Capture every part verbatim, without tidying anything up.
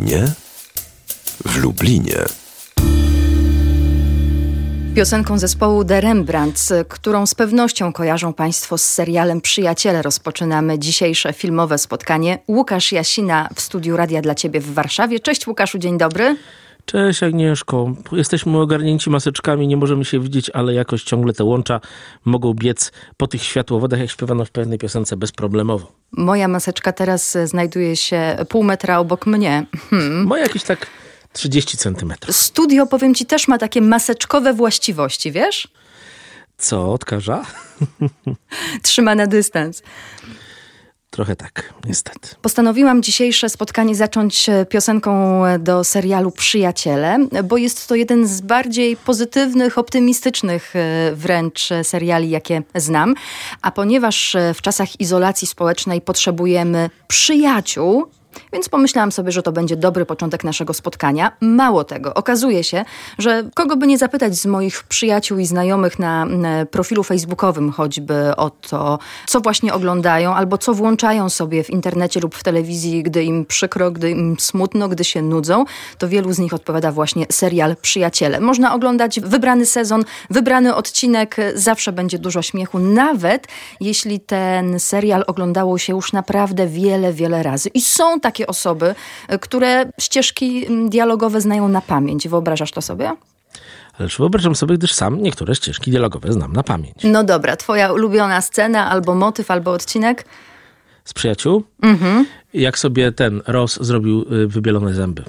Lublinie? W Lublinie. Piosenką zespołu The Rembrandts, którą z pewnością kojarzą Państwo z serialem Przyjaciele, rozpoczynamy dzisiejsze filmowe spotkanie. Łukasz Jasina w studiu Radia dla Ciebie w Warszawie. Cześć Łukaszu, dzień dobry. Cześć Agnieszko. Jesteśmy ogarnięci maseczkami, nie możemy się widzieć, ale jakoś ciągle te łącza mogą biec po tych światłowodach, jak śpiewano w pewnej piosence, bezproblemowo. Moja maseczka teraz znajduje się pół metra obok mnie. Hmm. Moja jakieś tak trzydzieści centymetrów. Studio, powiem Ci, też ma takie maseczkowe właściwości, wiesz? Co, odkaża? Trzyma na dystans. Trochę tak, niestety. Postanowiłam dzisiejsze spotkanie zacząć piosenką do serialu Przyjaciele, bo jest to jeden z bardziej pozytywnych, optymistycznych wręcz seriali, jakie znam. A ponieważ w czasach izolacji społecznej potrzebujemy przyjaciół, więc pomyślałam sobie, że to będzie dobry początek naszego spotkania. Mało tego, okazuje się, że kogo by nie zapytać z moich przyjaciół i znajomych na profilu facebookowym choćby o to, co właśnie oglądają albo co włączają sobie w internecie lub w telewizji, gdy im przykro, gdy im smutno, gdy się nudzą, to wielu z nich odpowiada właśnie serial Przyjaciele. Można oglądać wybrany sezon, wybrany odcinek, zawsze będzie dużo śmiechu, nawet jeśli ten serial oglądało się już naprawdę wiele, wiele razy. I są takie osoby, które ścieżki dialogowe znają na pamięć. Wyobrażasz to sobie? Ależ wyobrażam sobie, gdyż sam niektóre ścieżki dialogowe znam na pamięć. No dobra, twoja ulubiona scena, albo motyw, albo odcinek? Z Przyjaciół? Mhm. Jak sobie ten Ross zrobił y, wybielone zęby.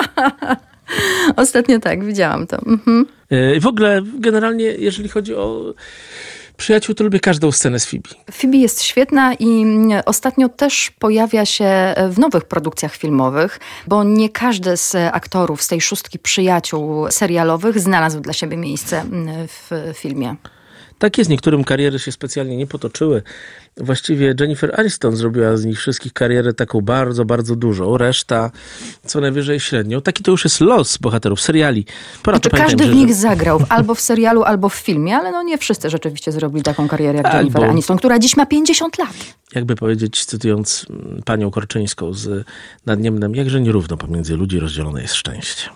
Ostatnio tak, widziałam to. Mhm. Y, w ogóle generalnie, jeżeli chodzi o Przyjaciół, to lubię każdą scenę z Phoebe. Phoebe jest świetna i ostatnio też pojawia się w nowych produkcjach filmowych, bo nie każdy z aktorów z tej szóstki przyjaciół serialowych znalazł dla siebie miejsce w filmie. Tak jest, niektórym kariery się specjalnie nie potoczyły. Właściwie Jennifer Aniston zrobiła z nich wszystkich karierę taką bardzo, bardzo dużą. Reszta co najwyżej średnią. Taki to już jest los bohaterów seriali. Pora znaczy, każdy w nich zagrał albo w serialu, albo w filmie, ale no nie wszyscy rzeczywiście zrobili taką karierę jak albo Jennifer Aniston, która dziś ma pięćdziesiąt lat. Jakby powiedzieć, cytując panią Korczyńską z Nad Niemnem, jakże nierówno pomiędzy ludzi rozdzielone jest szczęście.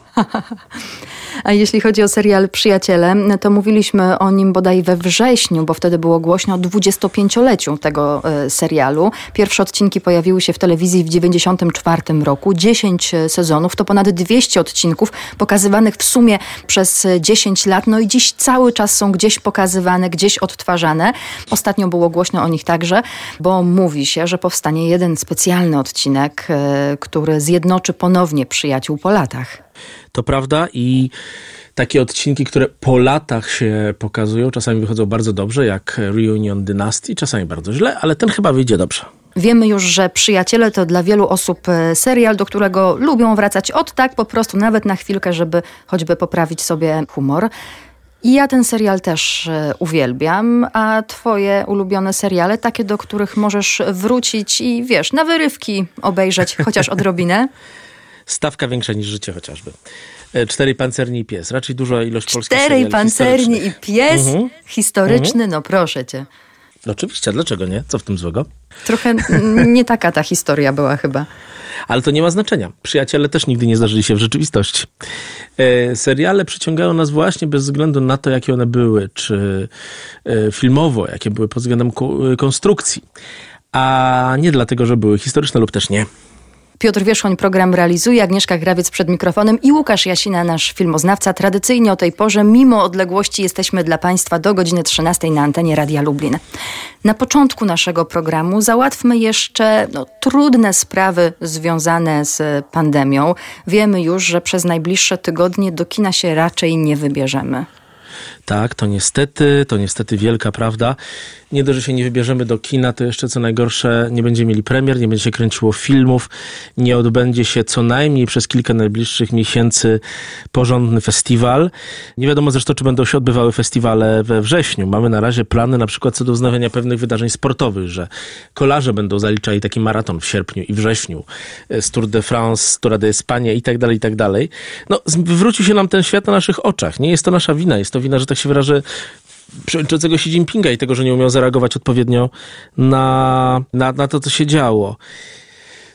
A jeśli chodzi o serial Przyjaciele, to mówiliśmy o nim bodaj we wrześniu, bo wtedy było głośno o dwudziestopięcioleciu tego serialu. Pierwsze odcinki pojawiły się w telewizji w dziewięćdziesiątym czwartym roku. dziesięć sezonów, to ponad dwieście odcinków pokazywanych w sumie przez dziesięć lat. No i dziś cały czas są gdzieś pokazywane, gdzieś odtwarzane. Ostatnio było głośno o nich także, bo mówi się, że powstanie jeden specjalny odcinek, który zjednoczy ponownie przyjaciół po latach. To prawda i takie odcinki, które po latach się pokazują, czasami wychodzą bardzo dobrze, jak Reunion Dynasty, czasami bardzo źle, ale ten chyba wyjdzie dobrze. Wiemy już, że Przyjaciele to dla wielu osób serial, do którego lubią wracać od tak po prostu, nawet na chwilkę, żeby choćby poprawić sobie humor. I ja ten serial też uwielbiam, a twoje ulubione seriale, takie, do których możesz wrócić i wiesz, na wyrywki obejrzeć chociaż odrobinę? Stawka większa niż życie chociażby. Czterej pancerni i pies. Raczej duża ilość polskich seriali pancerni i pies? Mhm. Historyczny? Mhm. No proszę cię. No oczywiście, dlaczego nie? Co w tym złego? Trochę nie taka ta historia była chyba. Ale to nie ma znaczenia. Przyjaciele też nigdy nie zdarzyli się w rzeczywistości. E, seriale przyciągają nas właśnie bez względu na to, jakie one były, czy e, filmowo, jakie były pod względem ko- konstrukcji. A nie dlatego, że były historyczne lub też nie. Piotr Wierzchoń program realizuje, Agnieszka Grawiec przed mikrofonem i Łukasz Jasina, nasz filmoznawca. Tradycyjnie o tej porze, mimo odległości, jesteśmy dla Państwa do godziny trzynastej na antenie Radia Lublin. Na początku naszego programu załatwmy jeszcze no, trudne sprawy związane z pandemią. Wiemy już, że przez najbliższe tygodnie do kina się raczej nie wybierzemy. Tak, to niestety, to niestety wielka prawda. Nie dość, że się nie wybierzemy do kina, to jeszcze co najgorsze, nie będzie mieli premier, nie będzie się kręciło filmów, nie odbędzie się co najmniej przez kilka najbliższych miesięcy porządny festiwal. Nie wiadomo zresztą, czy będą się odbywały festiwale we wrześniu. Mamy na razie plany na przykład co do wznawiania pewnych wydarzeń sportowych, że kolarze będą zaliczali taki maraton w sierpniu i wrześniu z Tour de France, Tour de España i tak dalej, i tak dalej. No, wywrócił się nam ten świat na naszych oczach. Nie jest to nasza wina, jest to wina, że tak się wyrażę, przewodniczącego Xi Jinpinga i tego, że nie umiał zareagować odpowiednio na, na, na to, co się działo.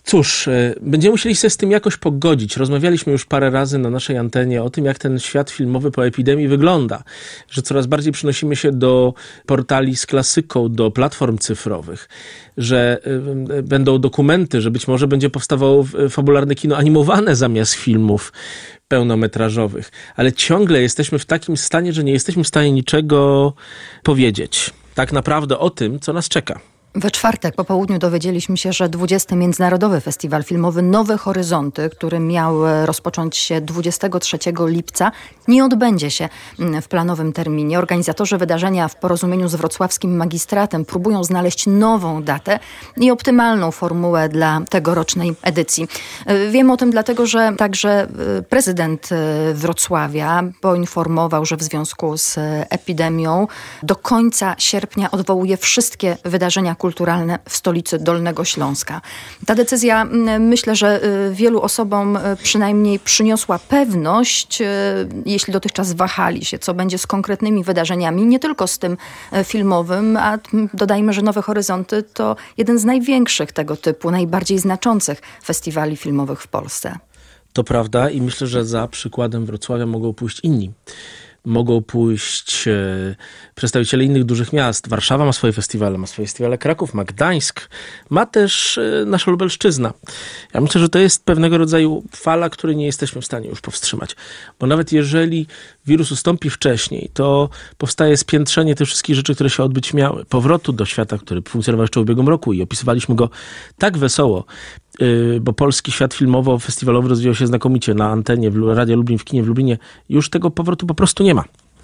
Cóż, będziemy musieli się z tym jakoś pogodzić. Rozmawialiśmy już parę razy na naszej antenie o tym, jak ten świat filmowy po epidemii wygląda. Że coraz bardziej przynosimy się do portali z klasyką, do platform cyfrowych. Że będą dokumenty, że być może będzie powstawało fabularne kino animowane zamiast filmów pełnometrażowych. Ale ciągle jesteśmy w takim stanie, że nie jesteśmy w stanie niczego powiedzieć. Tak naprawdę o tym, co nas czeka. We czwartek po południu dowiedzieliśmy się, że dwudziesty Międzynarodowy Festiwal Filmowy Nowe Horyzonty, który miał rozpocząć się dwudziestego trzeciego lipca, nie odbędzie się w planowym terminie. Organizatorzy wydarzenia w porozumieniu z wrocławskim magistratem próbują znaleźć nową datę i optymalną formułę dla tegorocznej edycji. Wiem o tym dlatego, że także prezydent Wrocławia poinformował, że w związku z epidemią do końca sierpnia odwołuje wszystkie wydarzenia kulturalne kulturalne w stolicy Dolnego Śląska. Ta decyzja, myślę, że wielu osobom przynajmniej przyniosła pewność, jeśli dotychczas wahali się, co będzie z konkretnymi wydarzeniami, nie tylko z tym filmowym, a dodajmy, że Nowe Horyzonty to jeden z największych tego typu, najbardziej znaczących festiwali filmowych w Polsce. To prawda i myślę, że za przykładem Wrocławia mogą pójść inni. Mogą pójść e, przedstawiciele innych dużych miast. Warszawa ma swoje festiwale, ma swoje festiwale Kraków, ma Gdańsk, ma też e, nasza Lubelszczyzna. Ja myślę, że to jest pewnego rodzaju fala, której nie jesteśmy w stanie już powstrzymać. Bo nawet jeżeli wirus ustąpi wcześniej, to powstaje spiętrzenie tych wszystkich rzeczy, które się odbyć miały. Powrotu do świata, który funkcjonował jeszcze w ubiegłym roku i opisywaliśmy go tak wesoło, bo polski świat filmowo-festiwalowy rozwijał się znakomicie na antenie w Radia Lublin, w kinie w Lublinie. Już tego powrotu po prostu nie ma.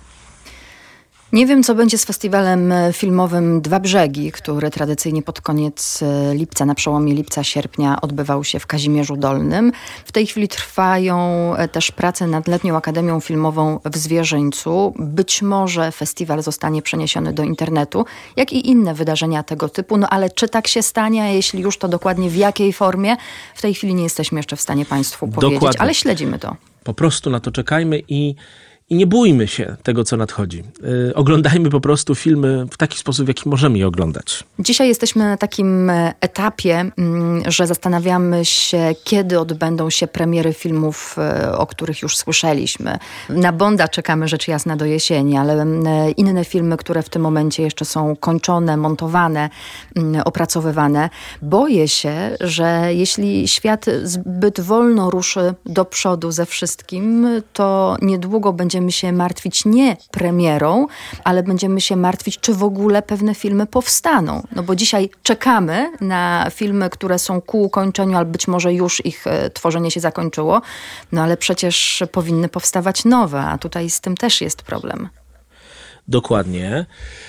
Nie wiem, co będzie z festiwalem filmowym Dwa Brzegi, który tradycyjnie pod koniec lipca, na przełomie lipca-sierpnia odbywał się w Kazimierzu Dolnym. W tej chwili trwają też prace nad Letnią Akademią Filmową w Zwierzyńcu. Być może festiwal zostanie przeniesiony do internetu, jak i inne wydarzenia tego typu. No ale czy tak się stanie, a jeśli już, to dokładnie w jakiej formie? W tej chwili nie jesteśmy jeszcze w stanie Państwu powiedzieć, dokładnie. Ale śledzimy to. Po prostu na to czekajmy i I nie bójmy się tego, co nadchodzi. Yy, oglądajmy po prostu filmy w taki sposób, w jaki możemy je oglądać. Dzisiaj jesteśmy na takim etapie, że zastanawiamy się, kiedy odbędą się premiery filmów, o których już słyszeliśmy. Na Bonda czekamy rzecz jasna do jesieni, ale inne filmy, które w tym momencie jeszcze są kończone, montowane, opracowywane. Boję się, że jeśli świat zbyt wolno ruszy do przodu ze wszystkim, to niedługo będziemy się martwić nie premierą, ale będziemy się martwić, czy w ogóle pewne filmy powstaną. No bo dzisiaj czekamy na filmy, które są ku ukończeniu, albo być może już ich tworzenie się zakończyło, no ale przecież powinny powstawać nowe, a tutaj z tym też jest problem. Dokładnie.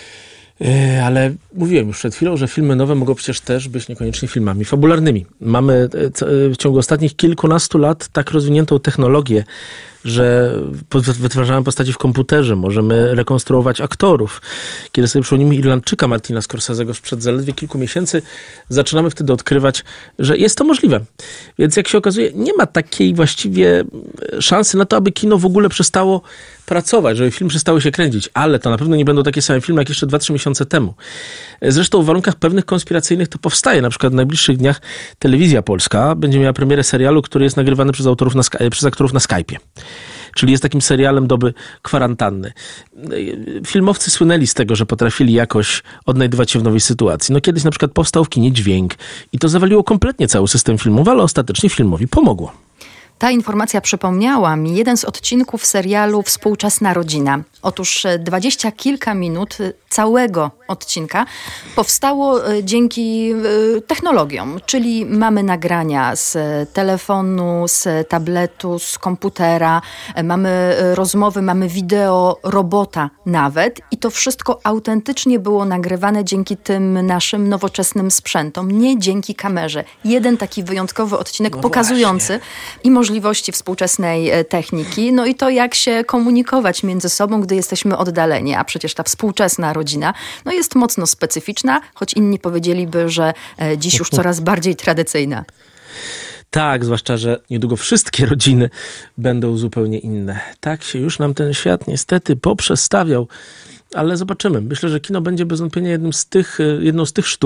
Ale mówiłem już przed chwilą, że filmy nowe mogą przecież też być niekoniecznie filmami fabularnymi. Mamy w ciągu ostatnich kilkunastu lat tak rozwiniętą technologię, że wytwarzamy postaci w komputerze, możemy rekonstruować aktorów. Kiedy sobie przypomnimy Irlandczyka Martina Scorsese'ego sprzed zaledwie kilku miesięcy, zaczynamy wtedy odkrywać, że jest to możliwe. Więc jak się okazuje, nie ma takiej właściwie szansy na to, aby kino w ogóle przestało pracować, żeby film przestały się kręcić, ale to na pewno nie będą takie same filmy, jak jeszcze dwa trzy miesiące temu. Zresztą w warunkach pewnych konspiracyjnych to powstaje. Na przykład w najbliższych dniach Telewizja Polska będzie miała premierę serialu, który jest nagrywany przez autorów na, przez aktorów na Skype'ie. Czyli jest takim serialem doby kwarantanny. Filmowcy słynęli z tego, że potrafili jakoś odnajdywać się w nowej sytuacji. No kiedyś na przykład powstał w kinie dźwięk i to zawaliło kompletnie cały system filmowy, ale ostatecznie filmowi pomogło. Ta informacja przypomniała mi jeden z odcinków serialu Współczesna rodzina. Otóż dwadzieścia kilka minut całego odcinka powstało dzięki technologiom, czyli mamy nagrania z telefonu, z tabletu, z komputera, mamy rozmowy, mamy wideo robota nawet i to wszystko autentycznie było nagrywane dzięki tym naszym nowoczesnym sprzętom, nie dzięki kamerze. Jeden taki wyjątkowy odcinek no pokazujący właśnie. I możliwości współczesnej techniki, no i to jak się komunikować między sobą, gdy jesteśmy oddaleni, a przecież ta współczesna rodzina no jest mocno specyficzna, choć inni powiedzieliby, że dziś już coraz bardziej tradycyjna. Tak, zwłaszcza, że niedługo wszystkie rodziny będą zupełnie inne. Tak się już nam ten świat niestety poprzestawiał, ale zobaczymy. Myślę, że kino będzie bez wątpienia jednym z tych, jedną z tych sztuk,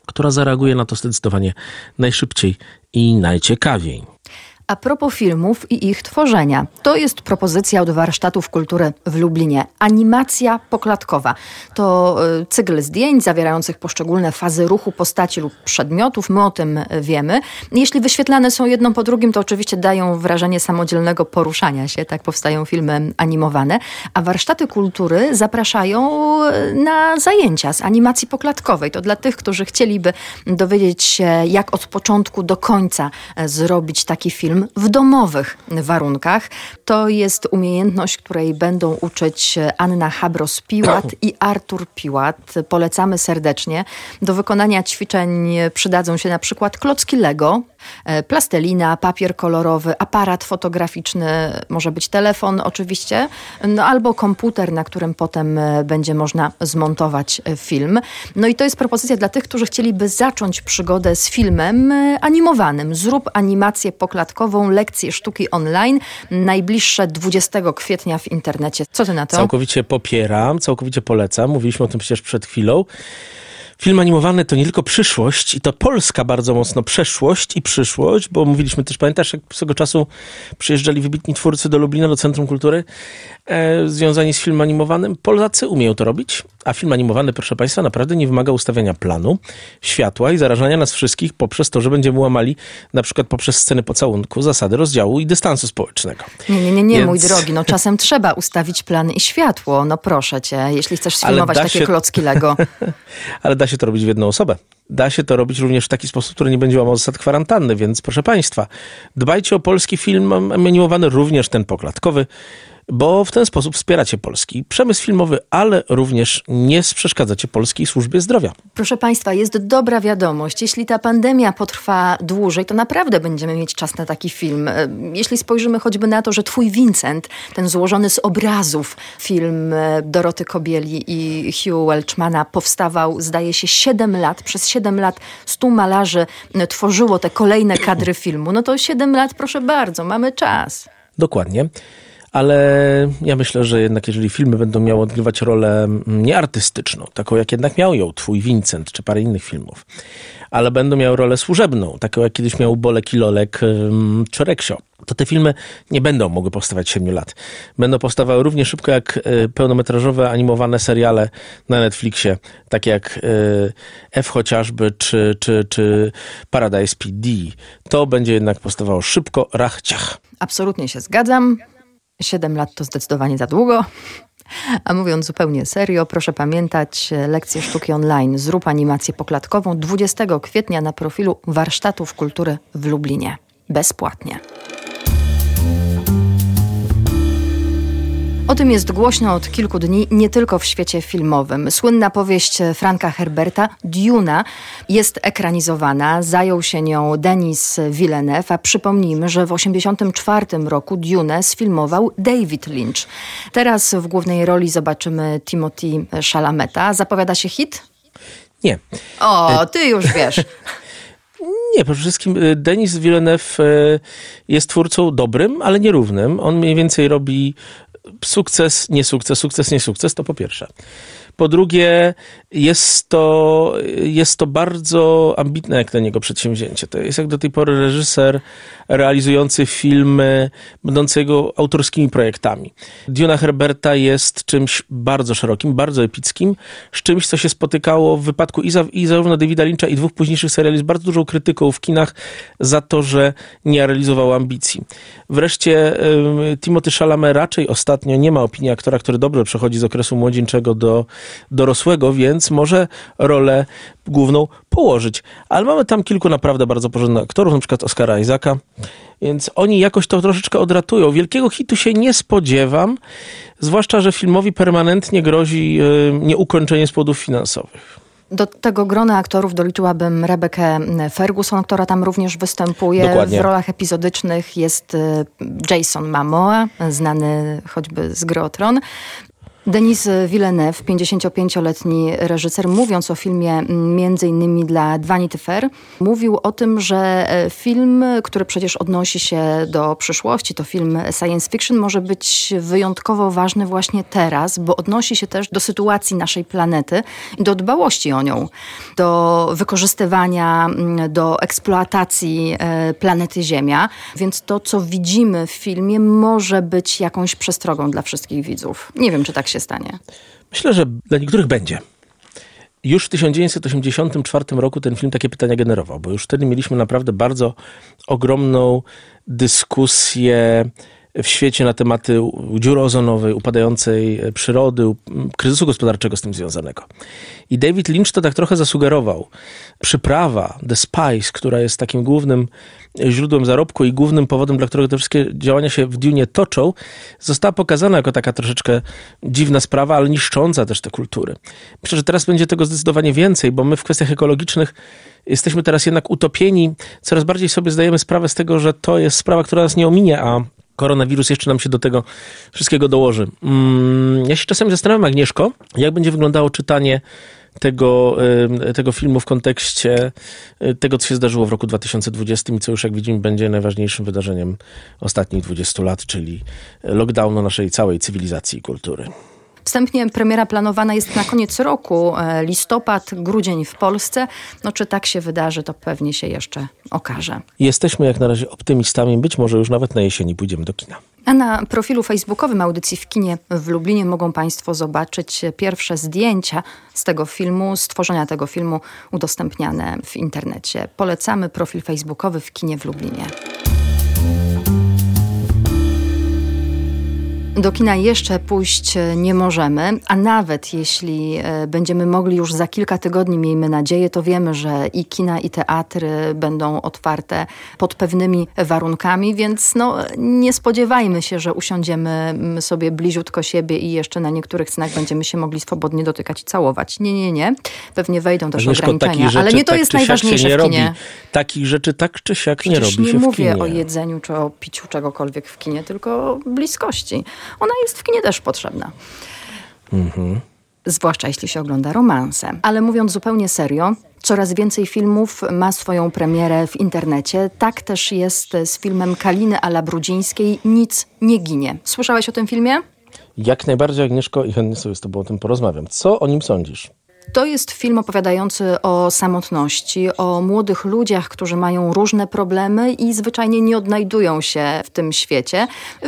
która zareaguje na to zdecydowanie najszybciej i najciekawiej. A propos filmów i ich tworzenia. To jest propozycja od Warsztatów Kultury w Lublinie. Animacja poklatkowa. To cykl zdjęć zawierających poszczególne fazy ruchu postaci lub przedmiotów. My o tym wiemy. Jeśli wyświetlane są jedno po drugim, to oczywiście dają wrażenie samodzielnego poruszania się. Tak powstają filmy animowane. A Warsztaty Kultury zapraszają na zajęcia z animacji poklatkowej. To dla tych, którzy chcieliby dowiedzieć się, jak od początku do końca zrobić taki film w domowych warunkach. To jest umiejętność, której będą uczyć Anna Habros-Piłat i Artur Piłat. Polecamy serdecznie. Do wykonania ćwiczeń przydadzą się na przykład klocki Lego, plastelina, papier kolorowy, aparat fotograficzny, może być telefon oczywiście, no albo komputer, na którym potem będzie można zmontować film. No i to jest propozycja dla tych, którzy chcieliby zacząć przygodę z filmem animowanym. Zrób animację poklatkową, lekcję sztuki online, najbliższe dwudziestego kwietnia w internecie. Co ty na to? Całkowicie popieram, całkowicie polecam. Mówiliśmy o tym przecież przed chwilą. Film animowany to nie tylko przyszłość, i to polska bardzo mocno przeszłość i przyszłość, bo mówiliśmy też, pamiętasz, jak swego czasu przyjeżdżali wybitni twórcy do Lublina, do Centrum Kultury, e, związani z filmem animowanym. Polacy umieją to robić, a film animowany, proszę Państwa, naprawdę nie wymaga ustawiania planu, światła i zarażania nas wszystkich poprzez to, że będziemy łamali na przykład poprzez sceny pocałunku zasady rozdziału i dystansu społecznego. Nie, nie, nie, nie Więc... mój drogi, no czasem trzeba ustawić plan i światło, no proszę cię, jeśli chcesz sfilmować takie się... klocki Lego. Ale da się to robić w jedną osobę. Da się to robić również w taki sposób, który nie będzie łamał zasad kwarantanny, więc proszę Państwa, dbajcie o polski film animowany, również ten poklatkowy, bo w ten sposób wspieracie polski przemysł filmowy, ale również nie przeszkadzacie polskiej służbie zdrowia. Proszę Państwa, jest dobra wiadomość. Jeśli ta pandemia potrwa dłużej, to naprawdę będziemy mieć czas na taki film. Jeśli spojrzymy choćby na to, że Twój Vincent, ten złożony z obrazów film Doroty Kobieli i Hugh Welchmana powstawał, zdaje się, siedem lat. Przez siedem lat stu malarzy tworzyło te kolejne kadry filmu. No to siedem lat, proszę bardzo, mamy czas. Dokładnie. Ale ja myślę, że jednak jeżeli filmy będą miały odgrywać rolę nie artystyczną, taką jak jednak miał ją Twój Vincent czy parę innych filmów, ale będą miały rolę służebną, taką jak kiedyś miał Bolek i Lolek czy Reksio, to te filmy nie będą mogły powstawać siedmiu lat. Będą powstawały równie szybko jak pełnometrażowe, animowane seriale na Netflixie, takie jak F chociażby, czy, czy, czy Paradise P D. To będzie jednak powstawało szybko, rach, ciach. Absolutnie się zgadzam. Siedem lat to zdecydowanie za długo. A mówiąc zupełnie serio, proszę pamiętać lekcję sztuki online. Zrób animację poklatkową dwudziestego kwietnia na profilu Warsztatów Kultury w Lublinie. Bezpłatnie. O tym jest głośno od kilku dni, nie tylko w świecie filmowym. Słynna powieść Franka Herberta, Duna, jest ekranizowana. Zajął się nią Denis Villeneuve, a przypomnijmy, że w osiemdziesiątym czwartym roku Dunę sfilmował David Lynch. Teraz w głównej roli zobaczymy Timothée Chalameta. Zapowiada się hit? Nie. O, ty już wiesz. Nie, przede wszystkim Denis Villeneuve jest twórcą dobrym, ale nierównym. On mniej więcej robi sukces, nie sukces, sukces, nie sukces, to po pierwsze. Po drugie, jest to, jest to bardzo ambitne jak dla niego przedsięwzięcie. To jest jak do tej pory reżyser realizujący filmy, będący jego autorskimi projektami. Duna Herberta jest czymś bardzo szerokim, bardzo epickim, z czymś, co się spotykało w wypadku i, za, i zarówno Davida Lyncha, i dwóch późniejszych seriali z bardzo dużą krytyką w kinach za to, że nie realizował ambicji. Wreszcie y, Timothée Chalamet raczej ostatnio nie ma opinii aktora, który dobrze przechodzi z okresu młodzieńczego do dorosłego, więc może rolę główną położyć. Ale mamy tam kilku naprawdę bardzo porządnych aktorów, na przykład Oscara Isaaca, więc oni jakoś to troszeczkę odratują. Wielkiego hitu się nie spodziewam, zwłaszcza, że filmowi permanentnie grozi yy, nieukończenie z powodów finansowych. Do tego grona aktorów doliczyłabym Rebekę Ferguson, która tam również występuje. Dokładnie. W rolach epizodycznych jest Jason Momoa, znany choćby z Gry o Tron. Denis Villeneuve, pięćdziesięciopięcioletni reżyser, mówiąc o filmie między innymi dla Vanity Fair, mówił o tym, że film, który przecież odnosi się do przyszłości, to film science fiction, może być wyjątkowo ważny właśnie teraz, bo odnosi się też do sytuacji naszej planety i do dbałości o nią, do wykorzystywania, do eksploatacji planety Ziemia. Więc to, co widzimy w filmie, może być jakąś przestrogą dla wszystkich widzów. Nie wiem, czy tak się stanie. Myślę, że dla niektórych będzie. Już w tysiąc dziewięćset osiemdziesiątym czwartym roku ten film takie pytania generował, bo już wtedy mieliśmy naprawdę bardzo ogromną dyskusję w świecie na tematy dziury ozonowej, upadającej przyrody, kryzysu gospodarczego z tym związanego. I David Lynch to tak trochę zasugerował. Przyprawa, The Spice, która jest takim głównym źródłem zarobku i głównym powodem, dla którego te wszystkie działania się w Dune toczą, została pokazana jako taka troszeczkę dziwna sprawa, ale niszcząca też te kultury. Myślę, że teraz będzie tego zdecydowanie więcej, bo my w kwestiach ekologicznych jesteśmy teraz jednak utopieni. Coraz bardziej sobie zdajemy sprawę z tego, że to jest sprawa, która nas nie ominie, a koronawirus jeszcze nam się do tego wszystkiego dołoży. Ja się czasami zastanawiam, Agnieszko, jak będzie wyglądało czytanie tego, tego filmu w kontekście tego, co się zdarzyło w roku dwa tysiące dwudziestym i co już, jak widzimy, będzie najważniejszym wydarzeniem ostatnich dwudziestu lat, czyli lockdownu naszej całej cywilizacji i kultury. Wstępnie premiera planowana jest na koniec roku, listopad, grudzień w Polsce. No czy tak się wydarzy, to pewnie się jeszcze okaże. Jesteśmy jak na razie optymistami, być może już nawet na jesieni pójdziemy do kina. A na profilu facebookowym Audycji w kinie w Lublinie mogą Państwo zobaczyć pierwsze zdjęcia z tego filmu, stworzenia tego filmu udostępniane w internecie. Polecamy profil facebookowy w kinie w Lublinie. Do kina jeszcze pójść nie możemy, a nawet jeśli będziemy mogli już za kilka tygodni, miejmy nadzieję, to wiemy, że i kina, i teatry będą otwarte pod pewnymi warunkami, więc no, nie spodziewajmy się, że usiądziemy sobie bliziutko siebie i jeszcze na niektórych scenach będziemy się mogli swobodnie dotykać i całować. Nie, nie, nie. Pewnie wejdą też Agnieszko, ograniczenia, rzeczy, ale nie to tak jest najważniejsze nie w kinie. Robi. Takich rzeczy tak czy siak Przecież nie robi nie się mówię w kinie. o jedzeniu czy o piciu czegokolwiek w kinie, tylko o bliskości. Ona jest w kinie też potrzebna. Mhm. Zwłaszcza jeśli się ogląda romanse. Ale mówiąc zupełnie serio, coraz więcej filmów ma swoją premierę w internecie. Tak też jest z filmem Kaliny Ala-Brudzińskiej Nic nie ginie. Słyszałeś o tym filmie? Jak najbardziej, Agnieszko, i chętnie sobie z tobą o tym porozmawiam. Co o nim sądzisz? To jest film opowiadający o samotności, o młodych ludziach, którzy mają różne problemy i zwyczajnie nie odnajdują się w tym świecie.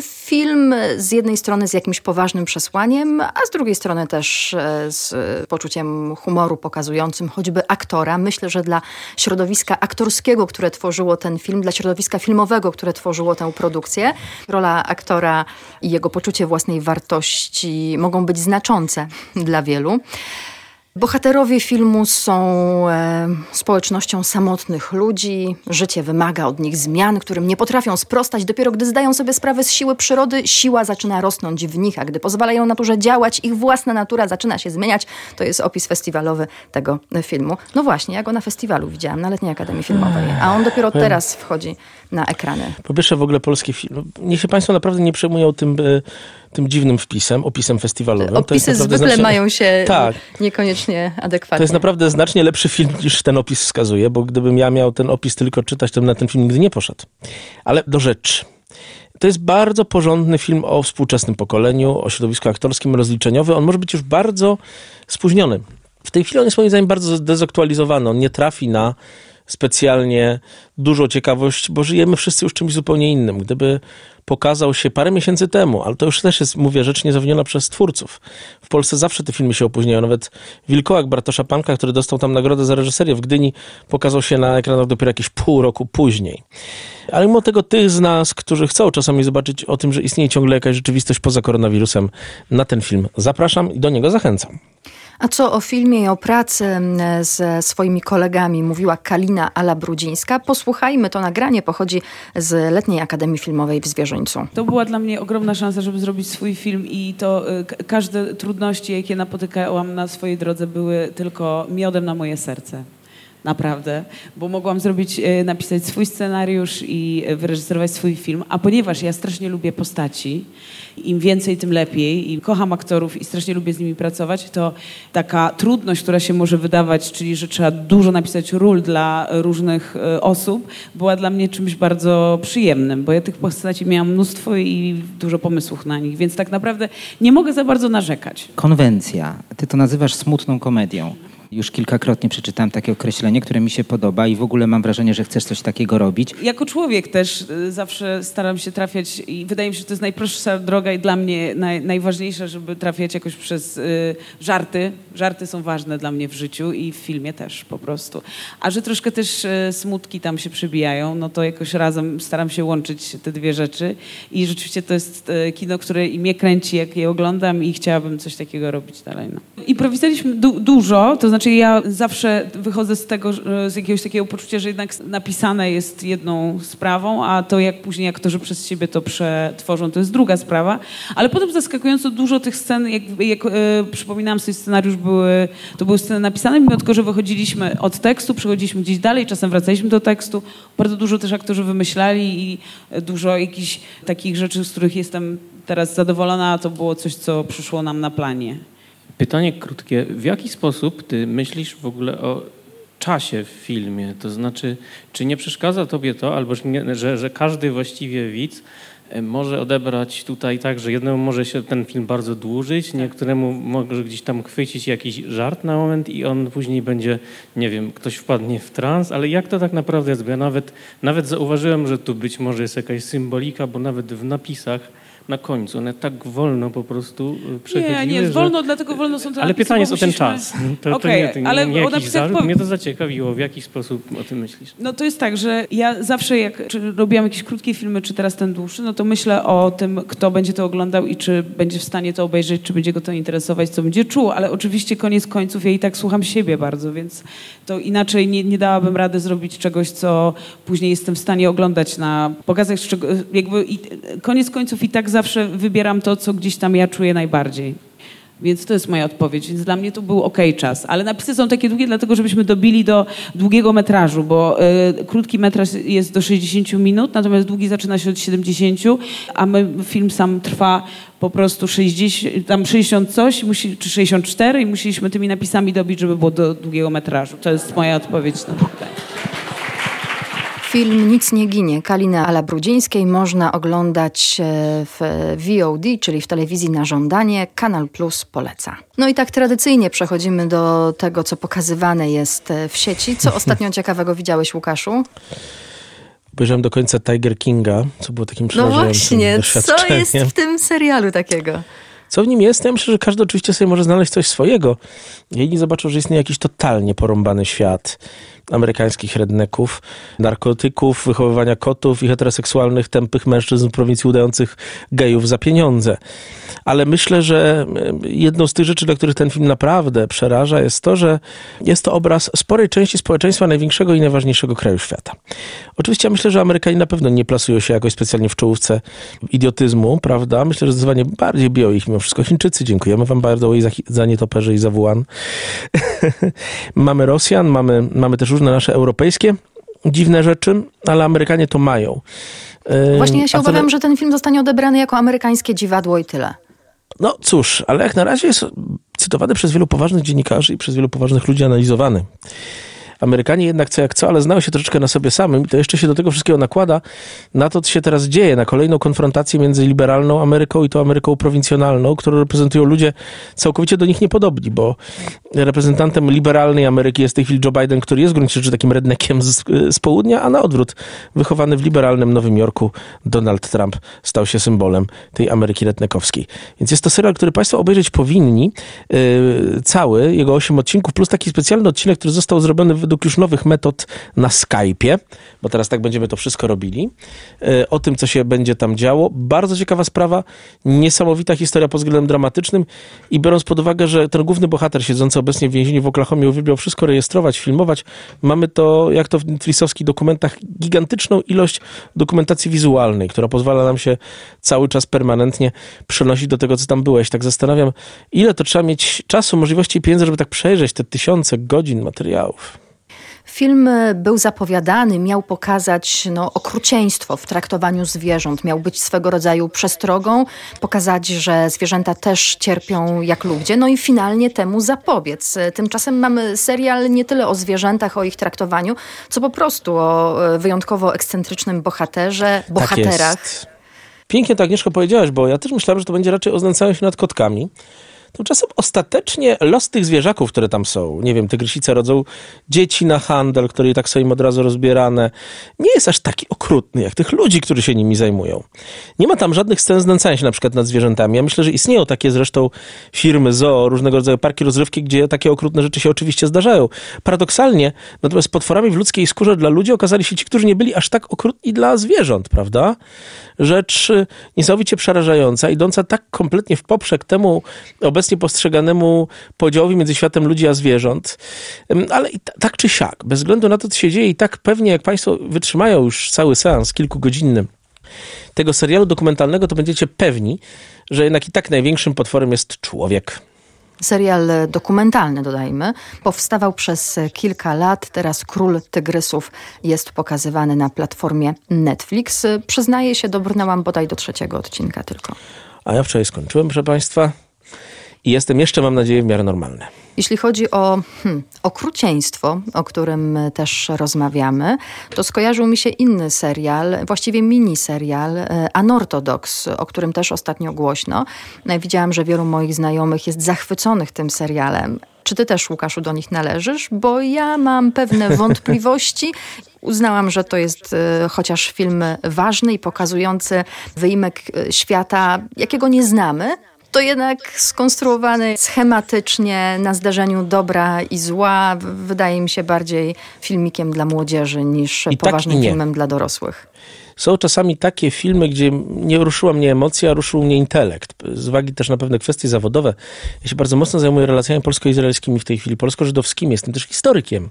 Film z jednej strony z jakimś poważnym przesłaniem, a z drugiej strony też z poczuciem humoru pokazującym choćby aktora. Myślę, że dla środowiska aktorskiego, które tworzyło ten film, dla środowiska filmowego, które tworzyło tę produkcję, rola aktora i jego poczucie własnej wartości mogą być znaczące dla wielu. Bohaterowie filmu są e, społecznością samotnych ludzi. Życie wymaga od nich zmian, którym nie potrafią sprostać. Dopiero gdy zdają sobie sprawę z siły przyrody, siła zaczyna rosnąć w nich, a gdy pozwalają naturze działać, ich własna natura zaczyna się zmieniać. To jest opis festiwalowy tego filmu. No właśnie, ja go na festiwalu widziałam, na Letniej Akademii Filmowej, a on dopiero teraz wchodzi na ekrany. Po pierwsze w ogóle polski film. Niech się Państwo naprawdę nie przejmują tym, tym dziwnym wpisem, opisem festiwalowym. Opisy to jest zwykle znacznie... mają się tak. niekoniecznie adekwatnie. To jest naprawdę znacznie lepszy film niż ten opis wskazuje, bo gdybym ja miał ten opis tylko czytać, to bym na ten film nigdy nie poszedł. Ale do rzeczy. To jest bardzo porządny film o współczesnym pokoleniu, o środowisku aktorskim, rozliczeniowy. On może być już bardzo spóźniony. W tej chwili on jest moim zdaniem bardzo dezaktualizowany. On nie trafi na specjalnie dużą ciekawość, bo żyjemy wszyscy już czymś zupełnie innym. Gdyby pokazał się parę miesięcy temu, ale to już też jest, mówię, rzecz niezawiniona przez twórców. W Polsce zawsze te filmy się opóźniają. Nawet Wilkołak Bartosza Panka, który dostał tam nagrodę za reżyserię w Gdyni, pokazał się na ekranach dopiero jakieś pół roku później. Ale mimo tego tych z nas, którzy chcą czasami zobaczyć o tym, że istnieje ciągle jakaś rzeczywistość poza koronawirusem, na ten film zapraszam i do niego zachęcam. A co o filmie i o pracy ze swoimi kolegami mówiła Kalina Ala-Brudzińska? Posłuchajmy, to nagranie pochodzi z Letniej Akademii Filmowej w Zwierzyńcu. To była dla mnie ogromna szansa, żeby zrobić swój film i to y, każde trudności, jakie napotykałam na swojej drodze, były tylko miodem na moje serce. Naprawdę, bo mogłam zrobić, napisać swój scenariusz i wyreżyserować swój film, a ponieważ ja strasznie lubię postaci, im więcej, tym lepiej i kocham aktorów i strasznie lubię z nimi pracować, to taka trudność, która się może wydawać, czyli że trzeba dużo napisać ról dla różnych osób, była dla mnie czymś bardzo przyjemnym, bo ja tych postaci miałam mnóstwo i dużo pomysłów na nich, więc tak naprawdę nie mogę za bardzo narzekać. Konwencja. Ty to nazywasz smutną komedią. Już kilkakrotnie przeczytałem takie określenie, które mi się podoba i w ogóle mam wrażenie, że chcesz coś takiego robić. Jako człowiek też y, zawsze staram się trafiać i wydaje mi się, że to jest najprostsza droga i dla mnie naj, najważniejsze, żeby trafiać jakoś przez y, żarty. Żarty są ważne dla mnie w życiu i w filmie też po prostu. A że troszkę też y, smutki tam się przybijają, no to jakoś razem staram się łączyć te dwie rzeczy i rzeczywiście to jest y, kino, które i mnie kręci, jak je oglądam i chciałabym coś takiego robić dalej. No. Improwizowaliśmy du- dużo, to znaczy ja zawsze wychodzę z tego, z jakiegoś takiego poczucia, że jednak napisane jest jedną sprawą, a to jak później aktorzy przez siebie to przetworzą, to jest druga sprawa. Ale potem zaskakująco dużo tych scen, jak, jak e, przypominałam sobie scenariusz, były, to były sceny napisane, mimo tylko, że wychodziliśmy od tekstu, przechodziliśmy gdzieś dalej, czasem wracaliśmy do tekstu. Bardzo dużo też aktorzy wymyślali i dużo jakichś takich rzeczy, z których jestem teraz zadowolona, a to było coś, co przyszło nam na planie. Pytanie krótkie. W jaki sposób ty myślisz w ogóle o czasie w filmie? To znaczy, czy nie przeszkadza tobie to, albo że, nie, że, że każdy właściwie widz może odebrać tutaj tak, że jednemu może się ten film bardzo dłużyć, niektóremu może gdzieś tam chwycić jakiś żart na moment i on później będzie, nie wiem, ktoś wpadnie w trans, ale jak to tak naprawdę jest? Bo ja nawet, nawet zauważyłem, że tu być może jest jakaś symbolika, bo nawet w napisach na końcu one tak wolno po prostu przechodziły. Nie, nie, że... wolno, dlatego wolno są te Ale napisy, pytanie jest o ten musieliśmy... czas. To, okay, to nie, to ale nie jakiś zarzut. Po... Mnie to zaciekawiło. W jaki sposób o tym myślisz? No to jest tak, że ja zawsze jak czy robiłam jakieś krótkie filmy, czy teraz ten dłuższy, no to myślę o tym, kto będzie to oglądał i czy będzie w stanie to obejrzeć, czy będzie go to interesować, co będzie czuł, ale oczywiście koniec końców ja i tak słucham siebie bardzo, więc to inaczej nie, nie dałabym rady zrobić czegoś, co później jestem w stanie oglądać na pokazach, jakby i koniec końców i tak zawsze wybieram to, co gdzieś tam ja czuję najbardziej. Więc to jest moja odpowiedź. Więc dla mnie to był okej czas. Ale napisy są takie długie, dlatego żebyśmy dobili do długiego metrażu, bo y, krótki metraż jest do sześćdziesiąt minut, natomiast długi zaczyna się od siedemdziesiąt, a my, film sam trwa po prostu sześćdziesiąt, tam sześćdziesiąt coś, musi, czy sześćdziesiąt cztery i musieliśmy tymi napisami dobić, żeby było do długiego metrażu. To jest moja odpowiedź na to pytanie. Film Nic nie ginie Kaliny Ala-Brudzińskiej można oglądać w V O D, czyli w telewizji na żądanie. Kanal Plus poleca. No i tak tradycyjnie przechodzimy do tego, co pokazywane jest w sieci. Co ostatnio ciekawego widziałeś, Łukaszu? Obejrzałem do końca Tiger Kinga, co było takim przerażającym no doświadczeniem. Co jest w tym serialu takiego? Co w nim jest? Ja myślę, że każdy oczywiście sobie może znaleźć coś swojego. Jedni zobaczą, że istnieje jakiś totalnie porąbany świat amerykańskich redneków, narkotyków, wychowywania kotów i heteroseksualnych, tępych mężczyzn w prowincji udających gejów za pieniądze. Ale myślę, że jedną z tych rzeczy, dla których ten film naprawdę przeraża, jest to, że jest to obraz sporej części społeczeństwa największego i najważniejszego kraju świata. Oczywiście ja myślę, że Amerykanie na pewno nie plasują się jakoś specjalnie w czołówce idiotyzmu, prawda? Myślę, że zdecydowanie bardziej biją ich mimo wszystko Chińczycy. Dziękujemy wam bardzo za, za nietoperze i za Wuhan. Mamy Rosjan, mamy, mamy też różne nasze europejskie dziwne rzeczy, ale Amerykanie to mają. Właśnie ja się A obawiam, to... że ten film zostanie odebrany jako amerykańskie dziwadło i tyle. No cóż, ale jak na razie jest cytowany przez wielu poważnych dziennikarzy i przez wielu poważnych ludzi analizowany. Amerykanie jednak co jak co, ale znają się troszeczkę na sobie samym i to jeszcze się do tego wszystkiego nakłada. Na to, co się teraz dzieje, na kolejną konfrontację między liberalną Ameryką i tą Ameryką prowincjonalną, którą reprezentują ludzie całkowicie do nich niepodobni, bo reprezentantem liberalnej Ameryki jest w tej chwili Joe Biden, który jest w gruncie rzeczy takim redneckiem z, z południa, a na odwrót, wychowany w liberalnym Nowym Jorku, Donald Trump stał się symbolem tej Ameryki redneckowskiej. Więc jest to serial, który państwo obejrzeć powinni. Yy, cały, jego osiem odcinków, plus taki specjalny odcinek, który został zrobiony według już nowych metod na Skype'ie, bo teraz tak będziemy to wszystko robili, o tym, co się będzie tam działo. Bardzo ciekawa sprawa, niesamowita historia pod względem dramatycznym i biorąc pod uwagę, że ten główny bohater siedzący obecnie w więzieniu w Oklahomie uwielbiał wszystko rejestrować, filmować, mamy to, jak to w netflixowskich dokumentach, gigantyczną ilość dokumentacji wizualnej, która pozwala nam się cały czas permanentnie przenosić do tego, co tam było. Ja się tak zastanawiam, ile to trzeba mieć czasu, możliwości i pieniędzy, żeby tak przejrzeć te tysiące godzin materiałów. Film był zapowiadany, miał pokazać no, okrucieństwo w traktowaniu zwierząt, miał być swego rodzaju przestrogą, pokazać, że zwierzęta też cierpią jak ludzie, no i finalnie temu zapobiec. Tymczasem mamy serial nie tyle o zwierzętach, o ich traktowaniu, co po prostu o wyjątkowo ekscentrycznym bohaterze, bohaterach. Tak jest. Pięknie to, Agnieszko, powiedziałaś, bo ja też myślałem, że to będzie raczej o znęcaniu się nad kotkami. Tymczasem ostatecznie los tych zwierzaków, które tam są, nie wiem, tygrysice rodzą dzieci na handel, które i tak są im od razu rozbierane, nie jest aż taki okrutny jak tych ludzi, którzy się nimi zajmują. Nie ma tam żadnych scen znęcania się na przykład nad zwierzętami. Ja myślę, że istnieją takie zresztą firmy, zoo, różnego rodzaju parki rozrywki, gdzie takie okrutne rzeczy się oczywiście zdarzają. Paradoksalnie, natomiast potworami w ludzkiej skórze dla ludzi okazali się ci, którzy nie byli aż tak okrutni dla zwierząt, prawda? Rzecz niesamowicie przerażająca, idąca tak kompletnie w poprzek temu obecnie postrzeganemu podziałowi między światem ludzi a zwierząt. Ale i t- tak czy siak, bez względu na to, co się dzieje, i tak pewnie jak Państwo wytrzymają już cały seans kilkugodzinny tego serialu dokumentalnego, to będziecie pewni, że jednak i tak największym potworem jest człowiek. Serial dokumentalny, dodajmy, powstawał przez kilka lat. Teraz Król Tygrysów jest pokazywany na platformie Netflix. Przyznaję się, dobrnęłam bodaj do trzeciego odcinka tylko. A ja wczoraj skończyłem, proszę Państwa, i jestem jeszcze, mam nadzieję, w miarę normalny. Jeśli chodzi o hmm, okrucieństwo, o którym też rozmawiamy, to skojarzył mi się inny serial, właściwie miniserial Unorthodox, o którym też ostatnio głośno. Widziałam, że wielu moich znajomych jest zachwyconych tym serialem. Czy ty też, Łukaszu, do nich należysz? Bo ja mam pewne wątpliwości. Uznałam, że to jest y, chociaż film ważny i pokazujący wyimek świata, jakiego nie znamy, to jednak skonstruowany schematycznie na zderzeniu dobra i zła, wydaje mi się bardziej filmikiem dla młodzieży niż I poważnym tak filmem dla dorosłych. Są czasami takie filmy, gdzie nie ruszyła mnie emocja, a ruszył mnie intelekt. Z uwagi też na pewne kwestie zawodowe. Ja się bardzo mocno zajmuję relacjami polsko-izraelskimi w tej chwili, polsko-żydowskimi. Jestem też historykiem.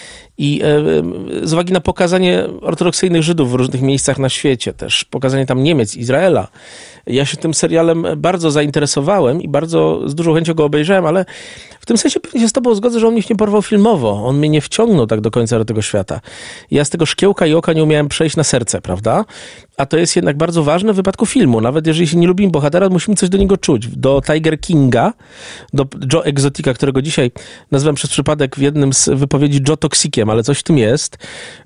I e, z uwagi na pokazanie ortodoksyjnych Żydów w różnych miejscach na świecie, też pokazanie tam Niemiec, Izraela, ja się tym serialem bardzo zainteresowałem i bardzo z dużą chęcią go obejrzałem, ale w tym sensie pewnie się z tobą zgodzę, że on mnie nie porwał filmowo. On mnie nie wciągnął tak do końca do tego świata. Ja z tego szkiełka i oka nie umiałem przejść na serce, prawda? A to jest jednak bardzo ważne w wypadku filmu. Nawet jeżeli się nie lubimy bohatera, musimy coś do niego czuć. Do Tiger Kinga, do Joe Exotica, którego dzisiaj nazywam przez przypadek w jednym z wypowiedzi Joe Toxikiem, ale coś w tym jest,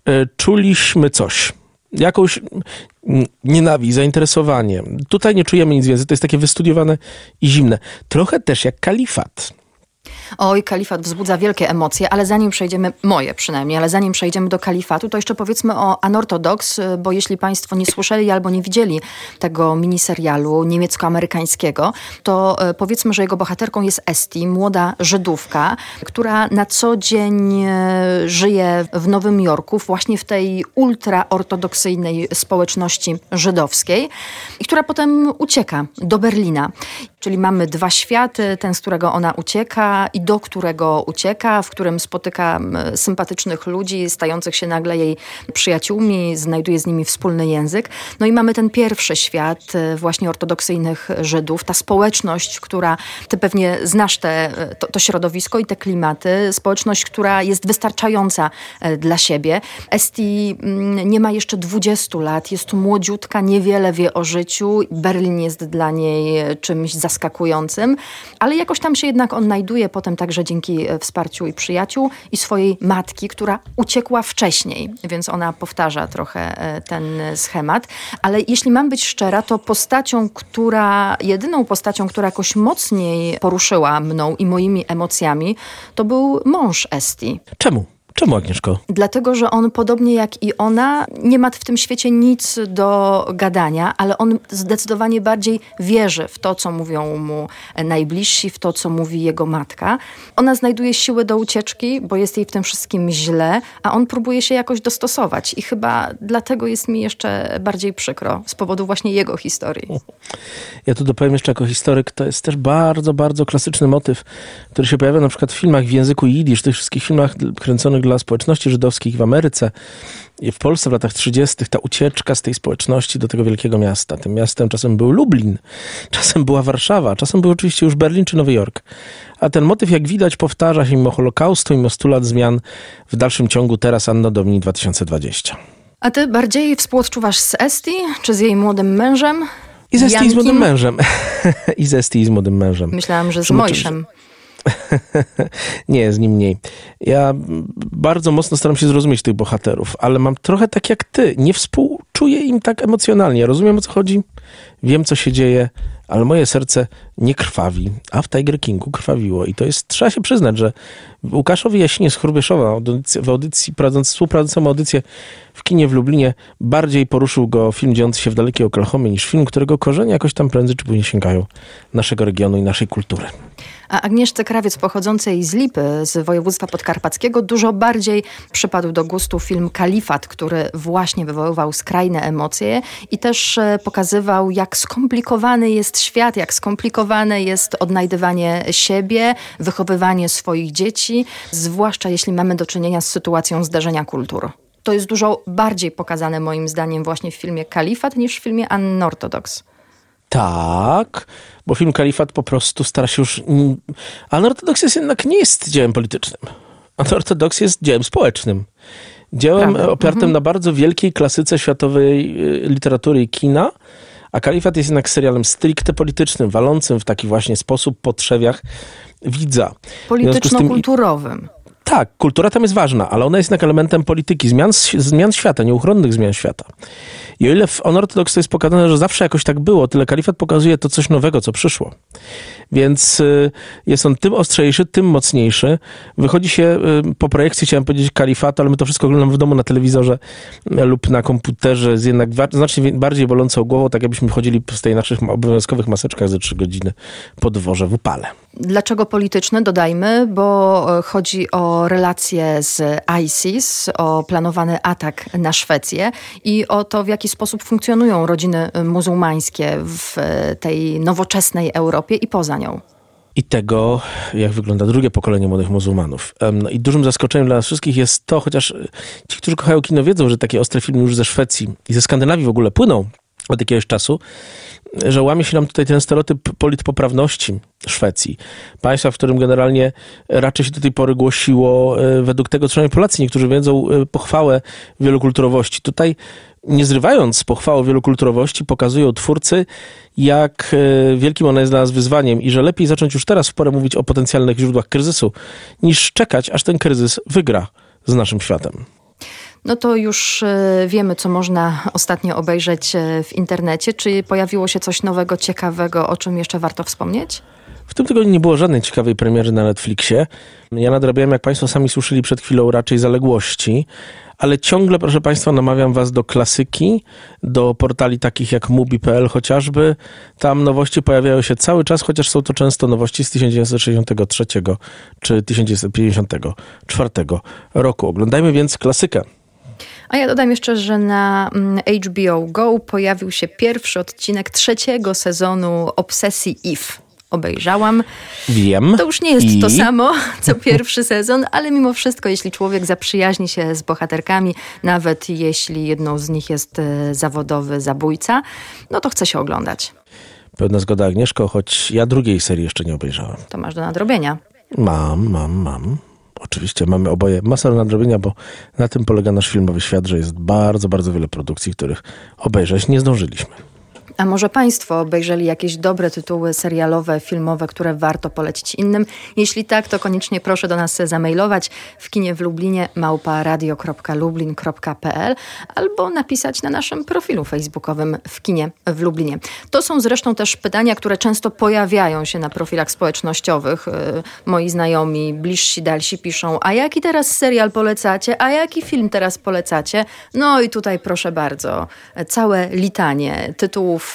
czuliśmy coś. Jakąś nienawiść, zainteresowanie. Tutaj nie czujemy nic więcej. To jest takie wystudiowane i zimne. Trochę też jak Kalifat. Oj, Kalifat wzbudza wielkie emocje, ale zanim przejdziemy, moje przynajmniej, ale zanim przejdziemy do Kalifatu, to jeszcze powiedzmy o Unorthodox, bo jeśli Państwo nie słyszeli albo nie widzieli tego miniserialu niemiecko-amerykańskiego, to powiedzmy, że jego bohaterką jest Esti, młoda Żydówka, która na co dzień żyje w Nowym Jorku, właśnie w tej ultraortodoksyjnej społeczności żydowskiej i która potem ucieka do Berlina. Czyli mamy dwa światy, ten, z którego ona ucieka i do którego ucieka, w którym spotyka sympatycznych ludzi, stających się nagle jej przyjaciółmi, znajduje z nimi wspólny język. No i mamy ten pierwszy świat właśnie ortodoksyjnych Żydów, ta społeczność, która, ty pewnie znasz te, to, to środowisko i te klimaty, społeczność, która jest wystarczająca dla siebie. Esti nie ma jeszcze dwudziestu lat, jest młodziutka, niewiele wie o życiu. Berlin jest dla niej czymś zaskakującym, ale jakoś tam się jednak odnajduje potem także dzięki wsparciu i przyjaciół i swojej matki, która uciekła wcześniej, więc ona powtarza trochę ten schemat. Ale jeśli mam być szczera, to postacią, która, jedyną postacią, która jakoś mocniej poruszyła mną i moimi emocjami, to był mąż Esti. Czemu? Czemu, Agnieszko? Dlatego, że on podobnie jak i ona nie ma w tym świecie nic do gadania, ale on zdecydowanie bardziej wierzy w to, co mówią mu najbliżsi, w to, co mówi jego matka. Ona znajduje siłę do ucieczki, bo jest jej w tym wszystkim źle, a on próbuje się jakoś dostosować i chyba dlatego jest mi jeszcze bardziej przykro, z powodu właśnie jego historii. Ja tu dopowiem jeszcze jako historyk, to jest też bardzo, bardzo klasyczny motyw, który się pojawia na przykład w filmach w języku jidysz, w tych wszystkich filmach kręconych dla dla społeczności żydowskich w Ameryce i w Polsce w latach trzydziestych ta ucieczka z tej społeczności do tego wielkiego miasta. Tym miastem czasem był Lublin, czasem była Warszawa, czasem był oczywiście już Berlin czy Nowy Jork. A ten motyw, jak widać, powtarza się mimo Holokaustu, mimo stu lat zmian w dalszym ciągu teraz Anno Domini dwa tysiące dwadzieścia. A ty bardziej współodczuwasz z Esti, czy z jej młodym mężem? I z Esti i z Jankiem? młodym mężem. I z Esti i z młodym mężem. Myślałam, że z Przymoczy- Mojszem. Nie, z nim mniej. Ja bardzo mocno staram się zrozumieć tych bohaterów, ale mam trochę tak jak ty. Nie współczuję im tak emocjonalnie. Rozumiem, o co chodzi, wiem, co się dzieje, ale moje serce nie krwawi, a w Tiger Kingu krwawiło. I to jest, trzeba się przyznać, że Łukaszowi Jasinie z Chrubieszowa w audycji, współprowadzącym audycję w kinie w Lublinie, bardziej poruszył go film dziejący się w dalekiej Oklahomie niż film, którego korzenie jakoś tam prędzej czy później sięgają naszego regionu i naszej kultury. A Agnieszce Krawiec, pochodzącej z Lipy, z województwa podkarpackiego, dużo bardziej przypadł do gustu film Kalifat, który właśnie wywoływał skrajne emocje i też e, pokazywał, jak skomplikowany jest świat, jak skomplikowane jest odnajdywanie siebie, wychowywanie swoich dzieci, zwłaszcza jeśli mamy do czynienia z sytuacją zderzenia kultur. To jest dużo bardziej pokazane moim zdaniem właśnie w filmie Kalifat niż w filmie Unorthodox. Tak, bo film Kalifat po prostu stara się już... Unorthodox jest jednak nie jest dziełem politycznym. Unorthodox jest dziełem społecznym. Dziełem Prawda. opartym Mhm. na bardzo wielkiej klasyce światowej y, literatury i kina, a Kalifat jest jednak serialem stricte politycznym, walącym w taki właśnie sposób po trzewiach widza. W związku z tym- Polityczno-kulturowym. Tak, kultura tam jest ważna, ale ona jest jednak elementem polityki, zmian, zmian świata, nieuchronnych zmian świata. I o ile w Unorthodox to jest pokazane, że zawsze jakoś tak było, tyle Kalifat pokazuje to coś nowego, co przyszło. Więc y, jest on tym ostrzejszy, tym mocniejszy. Wychodzi się y, po projekcji, chciałem powiedzieć Kalifatu, ale my to wszystko oglądamy w domu na telewizorze y, lub na komputerze z jednak wa- znacznie bardziej bolącą głową, tak jakbyśmy chodzili z tej naszych obowiązkowych maseczkach ze trzy godziny po dworze w upale. Dlaczego polityczny? Dodajmy, bo e, chodzi o relacje z ISIS, o planowany atak na Szwecję i o to, w jaki sposób funkcjonują rodziny muzułmańskie w e, tej nowoczesnej Europie i poza nią. I tego, jak wygląda drugie pokolenie młodych muzułmanów. Em, No i dużym zaskoczeniem dla nas wszystkich jest to, chociaż ci, którzy kochają kino, wiedzą, że takie ostre filmy już ze Szwecji i ze Skandynawii w ogóle płyną od jakiegoś czasu, że łamie się nam tutaj ten stereotyp politpoprawności Szwecji. Państwa, w którym generalnie raczej się do tej pory głosiło, e, według tego, co przynajmniej Polacy niektórzy wiedzą, e, pochwałę wielokulturowości. Tutaj, nie zrywając pochwałą wielokulturowości, pokazują twórcy, jak e, wielkim ona jest dla nas wyzwaniem i że lepiej zacząć już teraz w porę mówić o potencjalnych źródłach kryzysu, niż czekać, aż ten kryzys wygra z naszym światem. No to już e, wiemy, co można ostatnio obejrzeć e, w internecie. Czy pojawiło się coś nowego, ciekawego, o czym jeszcze warto wspomnieć? W tym tygodniu nie było żadnej ciekawej premiery na Netflixie. Ja nadrabiałem, jak Państwo sami słyszeli przed chwilą, raczej zaległości, ale ciągle, proszę Państwa, namawiam Was do klasyki, do portali takich jak mubi kropka p l chociażby. Tam nowości pojawiają się cały czas, chociaż są to często nowości z tysiąc dziewięćset sześćdziesiątego trzeciego czy tysiąc dziewięćset pięćdziesiątego czwartego roku. Oglądajmy więc klasykę. A ja dodam jeszcze, że na H B O Go pojawił się pierwszy odcinek trzeciego sezonu Obsesji Eve. Obejrzałam. Wiem. To już nie jest I... to samo, co pierwszy sezon, ale mimo wszystko, jeśli człowiek zaprzyjaźni się z bohaterkami, nawet jeśli jedną z nich jest e, zawodowy zabójca, no to chce się oglądać. Pełna zgoda, Agnieszko, choć ja drugiej serii jeszcze nie obejrzałem. To masz do nadrobienia. Mam, mam, mam. Oczywiście mamy oboje masę nadrobienia, bo na tym polega nasz filmowy świat, że jest bardzo, bardzo wiele produkcji, których obejrzeć nie zdążyliśmy. A może Państwo obejrzeli jakieś dobre tytuły serialowe, filmowe, które warto polecić innym? Jeśli tak, to koniecznie proszę do nas zamailować w kinie w Lublinie małpa radio kropka lublin kropka p l albo napisać na naszym profilu facebookowym w kinie w Lublinie. To są zresztą też pytania, które często pojawiają się na profilach społecznościowych. Moi znajomi, bliżsi, dalsi piszą, a jaki teraz serial polecacie, a jaki film teraz polecacie? No i tutaj proszę bardzo, całe litanie tytułów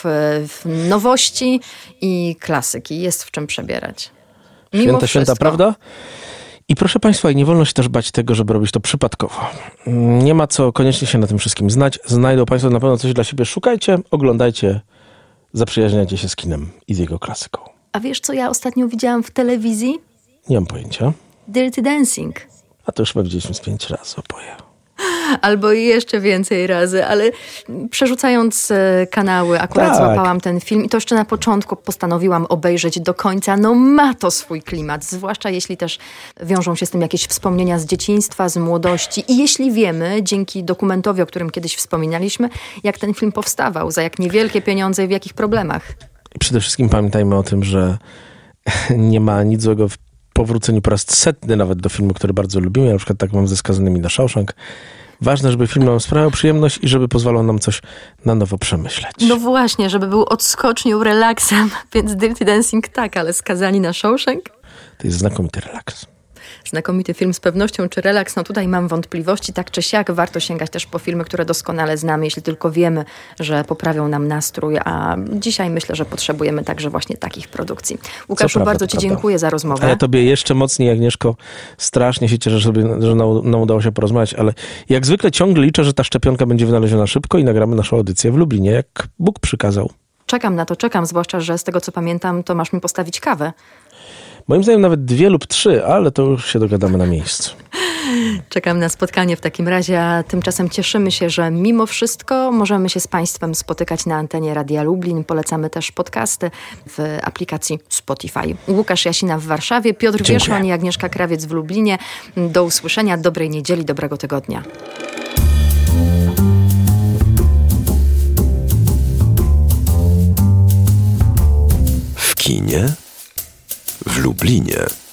nowości i klasyki. Jest w czym przebierać. Mimo Święta, wszystko. święta, prawda? I proszę Państwa, nie wolno się też bać tego, żeby robić to przypadkowo. Nie ma co koniecznie się na tym wszystkim znać. Znajdą Państwo na pewno coś dla siebie. Szukajcie, oglądajcie, zaprzyjaźniajcie się z kinem i z jego klasyką. A wiesz, co ja ostatnio widziałam w telewizji? Nie mam pojęcia. Dirty Dancing. A to już chyba widzieliśmy z pięć razy oboje. Albo jeszcze więcej razy, ale przerzucając kanały, akurat tak. złapałam ten film i to jeszcze na początku postanowiłam obejrzeć do końca. No ma to swój klimat, zwłaszcza jeśli też wiążą się z tym jakieś wspomnienia z dzieciństwa, z młodości i jeśli wiemy, dzięki dokumentowi, o którym kiedyś wspominaliśmy, jak ten film powstawał, za jak niewielkie pieniądze i w jakich problemach. I przede wszystkim pamiętajmy o tym, że nie ma nic złego w powróceniu po raz setny nawet do filmu, który bardzo lubimy. Ja na przykład tak mam ze Skazanymi na Shawshank. Ważne, żeby film nam sprawiał przyjemność i żeby pozwalał nam coś na nowo przemyśleć. No właśnie, żeby był odskocznią, relaksem, więc Dirty Dancing tak, ale Skazani na Shawshank? To jest znakomity relaks. Znakomity film z pewnością, czy relaks? No tutaj mam wątpliwości, tak czy siak. Warto sięgać też po filmy, które doskonale znamy, jeśli tylko wiemy, że poprawią nam nastrój, a dzisiaj myślę, że potrzebujemy także właśnie takich produkcji. Łukaszu, prawda, bardzo Ci prawda. dziękuję za rozmowę. A ja Tobie jeszcze mocniej, Agnieszko, strasznie się cieszę, że, sobie, że nam, nam udało się porozmawiać, ale jak zwykle ciągle liczę, że ta szczepionka będzie wynaleziona szybko i nagramy naszą audycję w Lublinie, jak Bóg przykazał. Czekam na to, czekam, zwłaszcza, że z tego co pamiętam, to masz mi postawić kawę. Moim zdaniem nawet dwie lub trzy, ale to już się dogadamy na miejscu. Czekam na spotkanie w takim razie, a tymczasem cieszymy się, że mimo wszystko możemy się z Państwem spotykać na antenie Radia Lublin. Polecamy też podcasty w aplikacji Spotify. Łukasz Jasina w Warszawie, Piotr Dziękuję. Wierzchoń i Agnieszka Krawiec w Lublinie. Do usłyszenia, dobrej niedzieli, dobrego tygodnia. W kinie w Lublinie.